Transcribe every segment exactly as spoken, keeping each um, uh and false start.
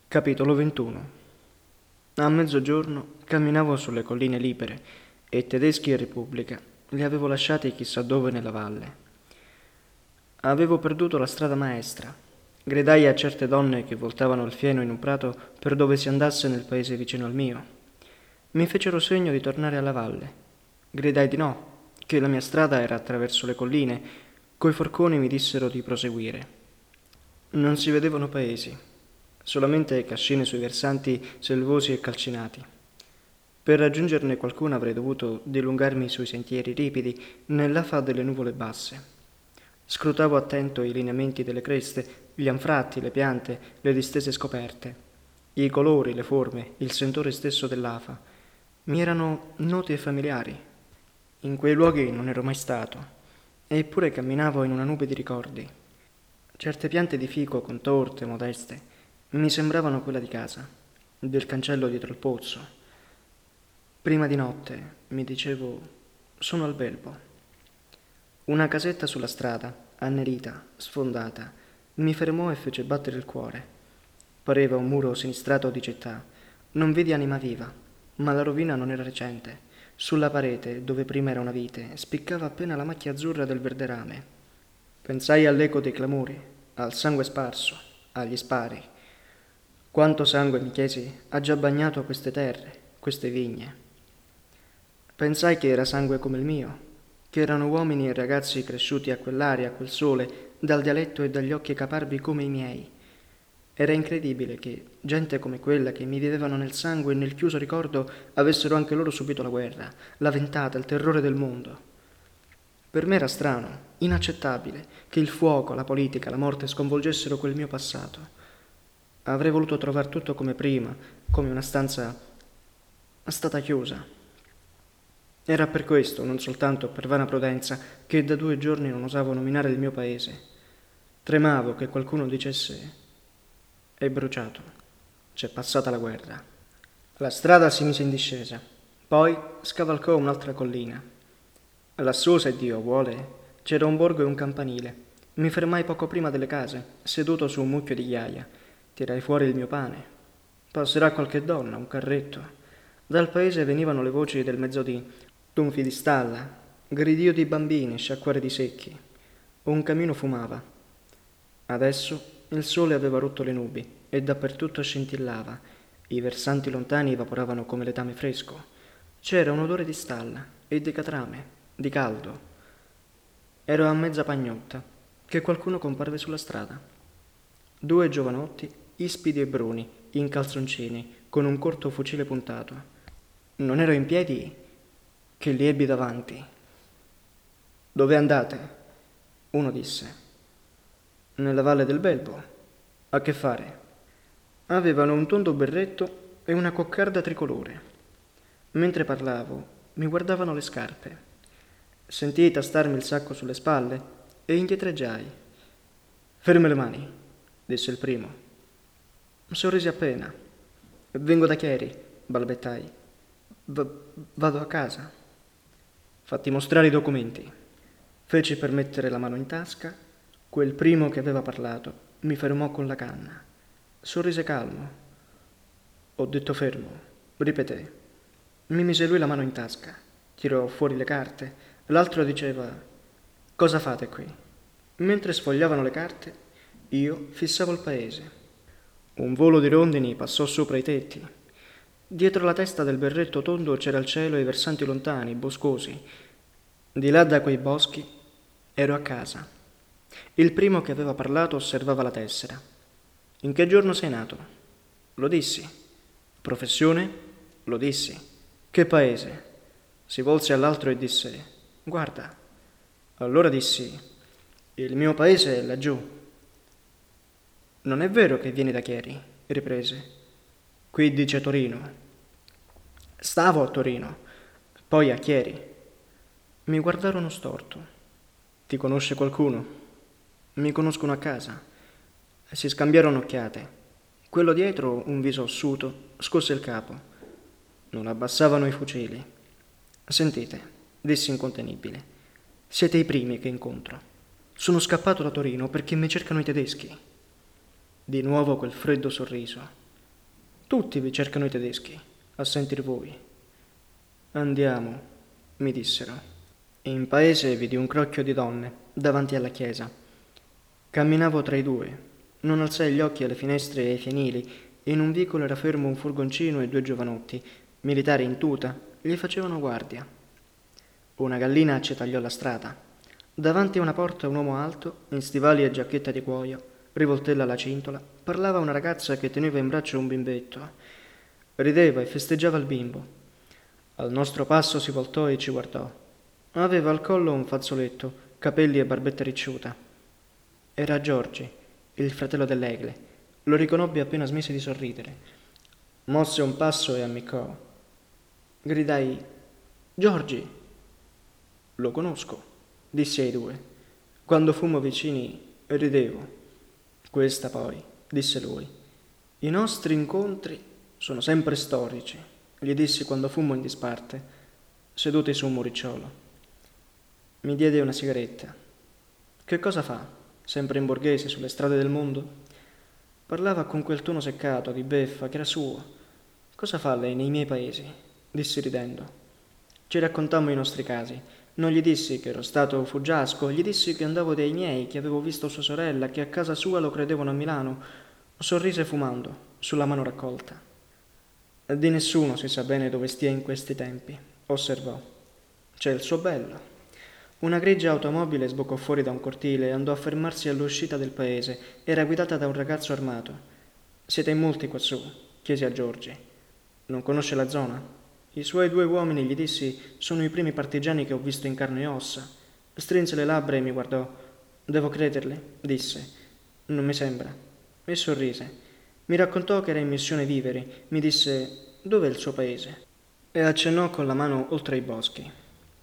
Capitolo ventuno. A mezzogiorno camminavo sulle colline libere e tedeschi e Repubblica li avevo lasciati chissà dove nella valle. Avevo perduto la strada maestra. Gridai a certe donne che voltavano il fieno in un prato per dove si andasse nel paese vicino al mio. Mi fecero segno di tornare alla valle. Gridai di no, che la mia strada era attraverso le colline. Coi forconi mi dissero di proseguire. Non si vedevano paesi, solamente cascine sui versanti selvosi e calcinati. Per raggiungerne qualcuno avrei dovuto dilungarmi sui sentieri ripidi nell'afa delle nuvole basse. Scrutavo attento i lineamenti delle creste, gli anfratti, le piante, le distese scoperte, i colori, le forme, il sentore stesso dell'afa. Mi erano noti e familiari. In quei luoghi non ero mai stato, eppure camminavo in una nube di ricordi. Certe piante di fico contorte, modeste, mi sembravano quella di casa, del cancello dietro il pozzo. Prima di notte, mi dicevo, sono al Belbo. Una casetta sulla strada, annerita, sfondata, mi fermò e fece battere il cuore. Pareva un muro sinistrato di città. Non vidi anima viva, ma la rovina non era recente. Sulla parete, dove prima era una vite, spiccava appena la macchia azzurra del verde rame. Pensai all'eco dei clamori, al sangue sparso, agli spari. Quanto sangue, mi chiesi, ha già bagnato queste terre, queste vigne. Pensai che era sangue come il mio, che erano uomini e ragazzi cresciuti a quell'aria, a quel sole, dal dialetto e dagli occhi caparbi come i miei. Era incredibile che gente come quella che mi vivevano nel sangue e nel chiuso ricordo avessero anche loro subito la guerra, la ventata, il terrore del mondo. Per me era strano, inaccettabile, che il fuoco, la politica, la morte sconvolgessero quel mio passato. Avrei voluto trovar tutto come prima, come una stanza stata chiusa. Era per questo, non soltanto per vana prudenza, che da due giorni non osavo nominare il mio paese. Tremavo che qualcuno dicesse: è bruciato, c'è passata la guerra. La strada si mise in discesa, poi scavalcò un'altra collina. Lassù, se Dio vuole, c'era un borgo e un campanile. Mi fermai poco prima delle case, seduto su un mucchio di ghiaia. Tirai fuori il mio pane. Passerà qualche donna, un carretto. Dal paese venivano le voci del mezzodì, tonfi di stalla, gridio di bambini, sciacquare di secchi. Un camino fumava. Adesso il sole aveva rotto le nubi e dappertutto scintillava. I versanti lontani evaporavano come letame fresco. C'era un odore di stalla e di catrame, di caldo. Ero a mezza pagnotta che qualcuno comparve sulla strada. Due giovanotti, ispidi e bruni, in calzoncini, con un corto fucile puntato. Non ero in piedi che li ebbi davanti. Dove andate? Uno disse. Nella valle del Belbo. A che fare? Avevano un tondo berretto e una coccarda tricolore. Mentre parlavo, mi guardavano le scarpe. Sentii tastarmi il sacco sulle spalle e indietreggiai. Ferme le mani, disse il primo. Sorrisi appena. Vengo da Chieri, balbettai. V- vado a casa. Fatti mostrare i documenti. Feci per mettere la mano in tasca. Quel primo che aveva parlato mi fermò con la canna. Sorrise calmo. Ho detto fermo, ripeté. Mi mise lui la mano in tasca. Tirò fuori le carte. L'altro diceva: cosa fate qui? Mentre sfogliavano le carte, io fissavo il paese. Un volo di rondini passò sopra i tetti. Dietro la testa del berretto tondo c'era il cielo e i versanti lontani, boscosi. Di là da quei boschi ero a casa. Il primo che aveva parlato osservava la tessera. In che giorno sei nato? Lo dissi. Professione? Lo dissi. Che paese? Si volse all'altro e disse: guarda. Allora dissi: il mio paese è laggiù. Non è vero che vieni da Chieri, riprese. Qui dice Torino. Stavo a Torino, poi a Chieri. Mi guardarono storto. Ti conosce qualcuno? Mi conoscono a casa. Si scambiarono occhiate. Quello dietro, un viso ossuto, scosse il capo. Non abbassavano i fucili. Sentite, dissi incontenibile, siete i primi che incontro. Sono scappato da Torino perché mi cercano i tedeschi. Di nuovo quel freddo sorriso. Tutti vi cercano i tedeschi, a sentir voi. Andiamo, mi dissero. In paese vidi un crocchio di donne, davanti alla chiesa. Camminavo tra i due. Non alzai gli occhi alle finestre e ai fienili. In un vicolo era fermo un furgoncino e due giovanotti, militari in tuta, gli facevano guardia. Una gallina ci tagliò la strada. Davanti a una porta un uomo alto, in stivali e giacchetta di cuoio, rivoltella alla cintola, parlava a una ragazza che teneva in braccio un bimbetto. Rideva e festeggiava il bimbo. Al nostro passo si voltò e ci guardò. Aveva al collo un fazzoletto, capelli e barbetta ricciuta. Era Giorgi, il fratello dell'Egle. Lo riconobbi appena smise di sorridere. Mosse un passo e ammiccò. Gridai: Giorgi! Lo conosco, dissi ai due. Quando fummo vicini, ridevo. Questa poi, disse lui. I nostri incontri sono sempre storici, gli dissi quando fummo in disparte, seduti su un muricciolo. Mi diede una sigaretta. Che cosa fa? Sempre in borghese, sulle strade del mondo? Parlava con quel tono seccato, di beffa, che era suo. Cosa fa lei nei miei paesi? Dissi ridendo. Ci raccontammo i nostri casi. Non gli dissi che ero stato fuggiasco, gli dissi che andavo dai miei, che avevo visto sua sorella, che a casa sua lo credevano a Milano. Sorrise fumando, sulla mano raccolta. Di nessuno si sa bene dove stia in questi tempi, osservò. C'è il suo bello. Una grigia automobile sboccò fuori da un cortile e andò a fermarsi all'uscita del paese. Era guidata da un ragazzo armato. Siete in molti quassù? Chiesi a Giorgi. Non conosce la zona? I suoi due uomini, gli dissi, sono i primi partigiani che ho visto in carne e ossa. Strinse le labbra e mi guardò. Devo crederle? Disse. Non mi sembra. E sorrise. Mi raccontò che era in missione viveri. Mi disse, dov'è il suo paese? E accennò con la mano oltre i boschi.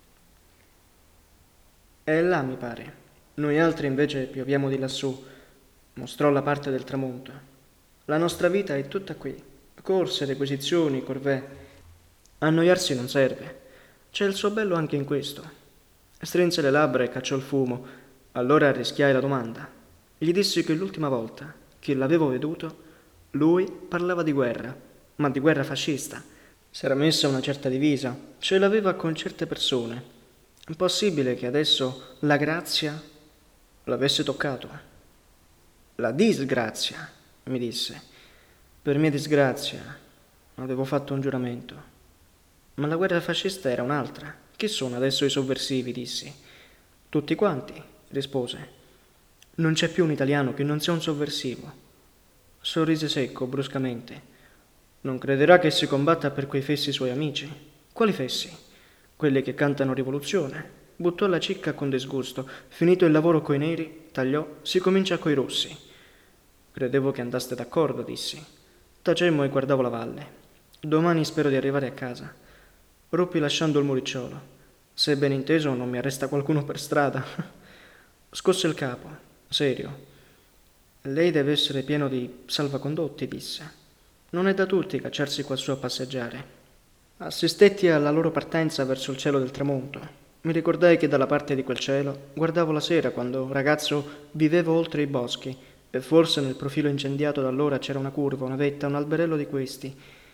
È là, mi pare. Noi altri invece pioviamo di lassù. Mostrò la parte del tramonto. La nostra vita è tutta qui. Corse, requisizioni, corvée. Annoiarsi non serve. C'è il suo bello anche in questo. Strinse le labbra e cacciò il fumo. Allora arrischiai la domanda. Gli dissi che l'ultima volta che l'avevo veduto, lui parlava di guerra, ma di guerra fascista. S'era messa una certa divisa, ce l'aveva con certe persone. È possibile che adesso la grazia l'avesse toccato. La disgrazia, mi disse. Per mia disgrazia avevo fatto un giuramento. Ma la guerra fascista era un'altra. Chi sono adesso i sovversivi, dissi. Tutti quanti, rispose. Non c'è più un italiano che non sia un sovversivo. Sorrise secco, bruscamente. Non crederà che si combatta per quei fessi suoi amici? Quali fessi? Quelli che cantano rivoluzione. Buttò la cicca con disgusto. Finito il lavoro coi neri, tagliò, si comincia coi rossi. Credevo che andaste d'accordo, dissi. Tacemmo e guardavo la valle. Domani spero di arrivare a casa. Ruppi lasciando il muricciolo. Se ben inteso non mi arresta qualcuno per strada. Scosse il capo, serio. Lei deve essere pieno di salvacondotti, disse. Non è da tutti cacciarsi quassù a passeggiare. Assistetti alla loro partenza verso il cielo del tramonto. Mi ricordai che dalla parte di quel cielo guardavo la sera quando, ragazzo, vivevo oltre i boschi e forse nel profilo incendiato da allora c'era una curva, una vetta, un alberello di questi.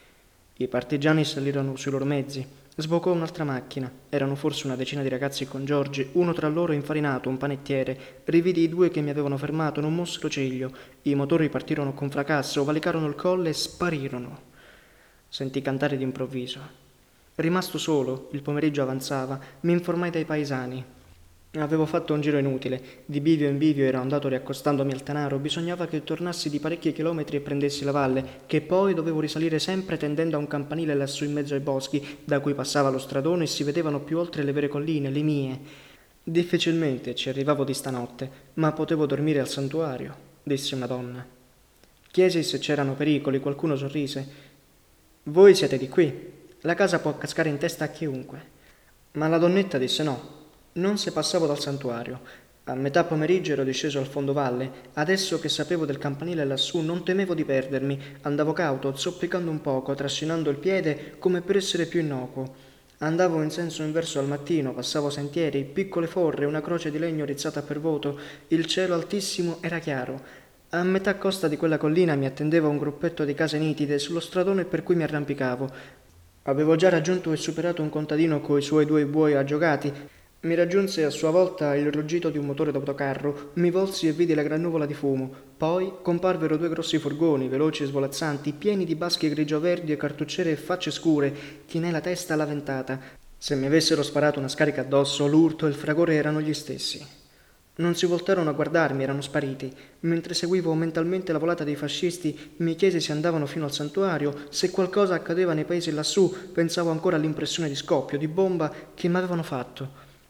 I partigiani salirono sui loro mezzi. Sbocò un'altra macchina. Erano forse una decina di ragazzi con Giorgi, uno tra loro infarinato, un panettiere. Rividi i due che mi avevano fermato, non mossero ciglio. I motori partirono con fracasso, valicarono il colle e sparirono. Sentì cantare d'improvviso. Rimasto solo, il pomeriggio avanzava, mi informai dai paesani. Avevo fatto un giro inutile. Di bivio in bivio ero andato riaccostandomi al Tanaro. Bisognava che tornassi di parecchi chilometri e prendessi la valle, che poi dovevo risalire sempre tendendo a un campanile lassù in mezzo ai boschi, da cui passava lo stradone e si vedevano più oltre le vere colline, le mie. Difficilmente ci arrivavo di stanotte, ma potevo dormire al santuario, disse una donna. Chiesi se c'erano pericoli, qualcuno sorrise. Voi siete di qui. La casa può cascare in testa a chiunque. Ma la donnetta disse no. Non se passavo dal santuario. A metà pomeriggio ero disceso al fondovalle. Adesso che sapevo del campanile lassù non temevo di perdermi. Andavo cauto, zoppicando un poco, trascinando il piede come per essere più innocuo. Andavo in senso inverso al mattino, passavo sentieri, piccole forre, una croce di legno rizzata per voto. Il cielo altissimo era chiaro. A metà costa di quella collina mi attendeva un gruppetto di case nitide sullo stradone per cui mi arrampicavo. Avevo già raggiunto e superato un contadino coi suoi due buoi aggiogati. Mi raggiunse a sua volta il ruggito di un motore d'autocarro, mi volsi e vidi la gran nuvola di fumo. Poi comparvero due grossi furgoni, veloci e svolazzanti, pieni di baschi grigio-verdi e cartucciere e facce scure, chinai la testa alla ventata. Se mi avessero sparato una scarica addosso, l'urto e il fragore erano gli stessi. Non si voltarono a guardarmi, erano spariti. Mentre seguivo mentalmente la volata dei fascisti, mi chiesi se andavano fino al santuario, se qualcosa accadeva nei paesi lassù, pensavo ancora all'impressione di scoppio, di bomba che mi avevano fatto.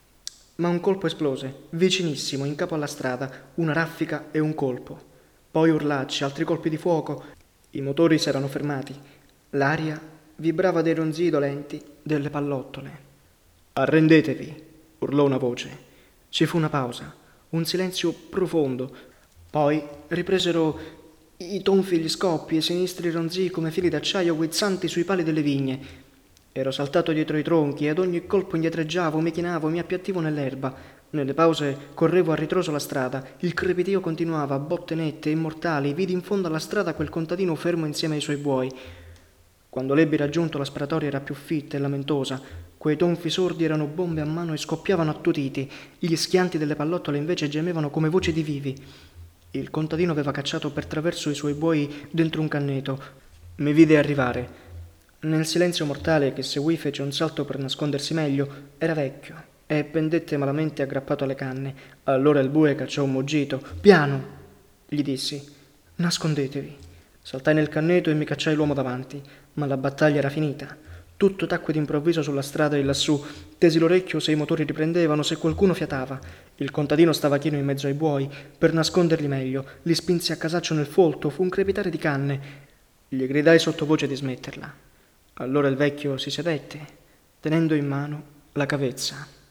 Ma un colpo esplose, vicinissimo, in capo alla strada, una raffica e un colpo. Poi urlacci, altri colpi di fuoco. I motori s'erano fermati. L'aria vibrava dei ronzii dolenti delle pallottole. Arrendetevi, urlò una voce. Ci fu una pausa. Un silenzio profondo. Poi ripresero i tonfi gli scoppi e sinistri ronzii come fili d'acciaio guizzanti sui pali delle vigne. Ero saltato dietro i tronchi e ad ogni colpo indietreggiavo, mi chinavo, mi appiattivo nell'erba. Nelle pause correvo a ritroso la strada. Il crepitio continuava, a botte nette e mortali. Vidi in fondo alla strada quel contadino fermo insieme ai suoi buoi. Quando l'ebbi raggiunto la sparatoria era più fitta e lamentosa. Quei tonfi sordi erano bombe a mano e scoppiavano attutiti. Gli schianti delle pallottole invece gemevano come voci di vivi. Il contadino aveva cacciato per traverso i suoi buoi dentro un canneto. Mi vide arrivare. Nel silenzio mortale che seguì fece un salto per nascondersi meglio. Era vecchio e pendette malamente aggrappato alle canne. Allora il bue cacciò un muggito. «Piano!» gli dissi. «Nascondetevi!» Saltai nel canneto e mi cacciai l'uomo davanti, ma la battaglia era finita. Tutto tacque d'improvviso sulla strada e lassù. Tesi l'orecchio se i motori riprendevano, se qualcuno fiatava. Il contadino stava chino in mezzo ai buoi. Per nasconderli meglio, li spinsi a casaccio nel folto, fu un crepitare di canne. Gli gridai sottovoce di smetterla. Allora il vecchio si sedette, tenendo in mano la cavezza.